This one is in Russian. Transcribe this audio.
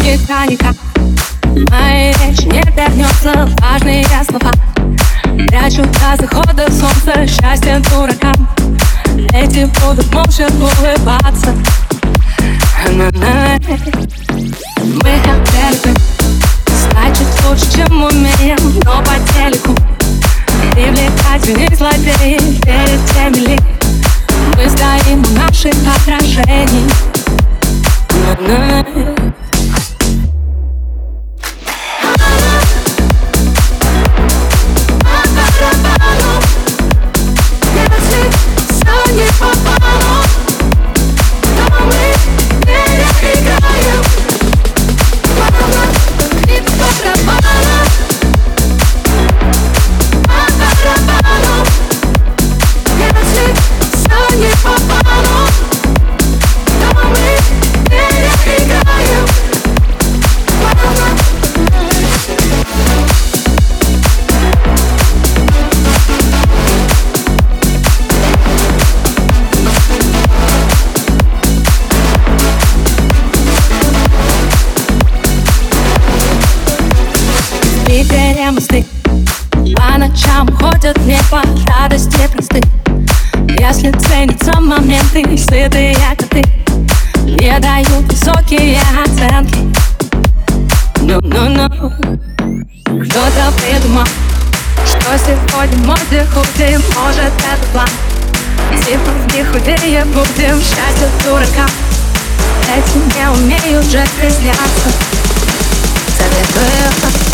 никак моя речь не вернется. Важные слова прячу до захода солнца. Счастье дуракам, эти будут молча улыбаться. Мы хотели бы стать чуть лучше, чем умеем, но по телеку привлекательных злодеев перед теми ли мы стоим у наших отражений. Мосты по ночам ходят мне по радости просты. Если ценятся моменты, сытые коты не дают высокие оценки. Кто-то придумал, что сегодня модный худым. Может, это план, типа в них худее будем. Счастье дуракам, этим не умеют же призняться. Советую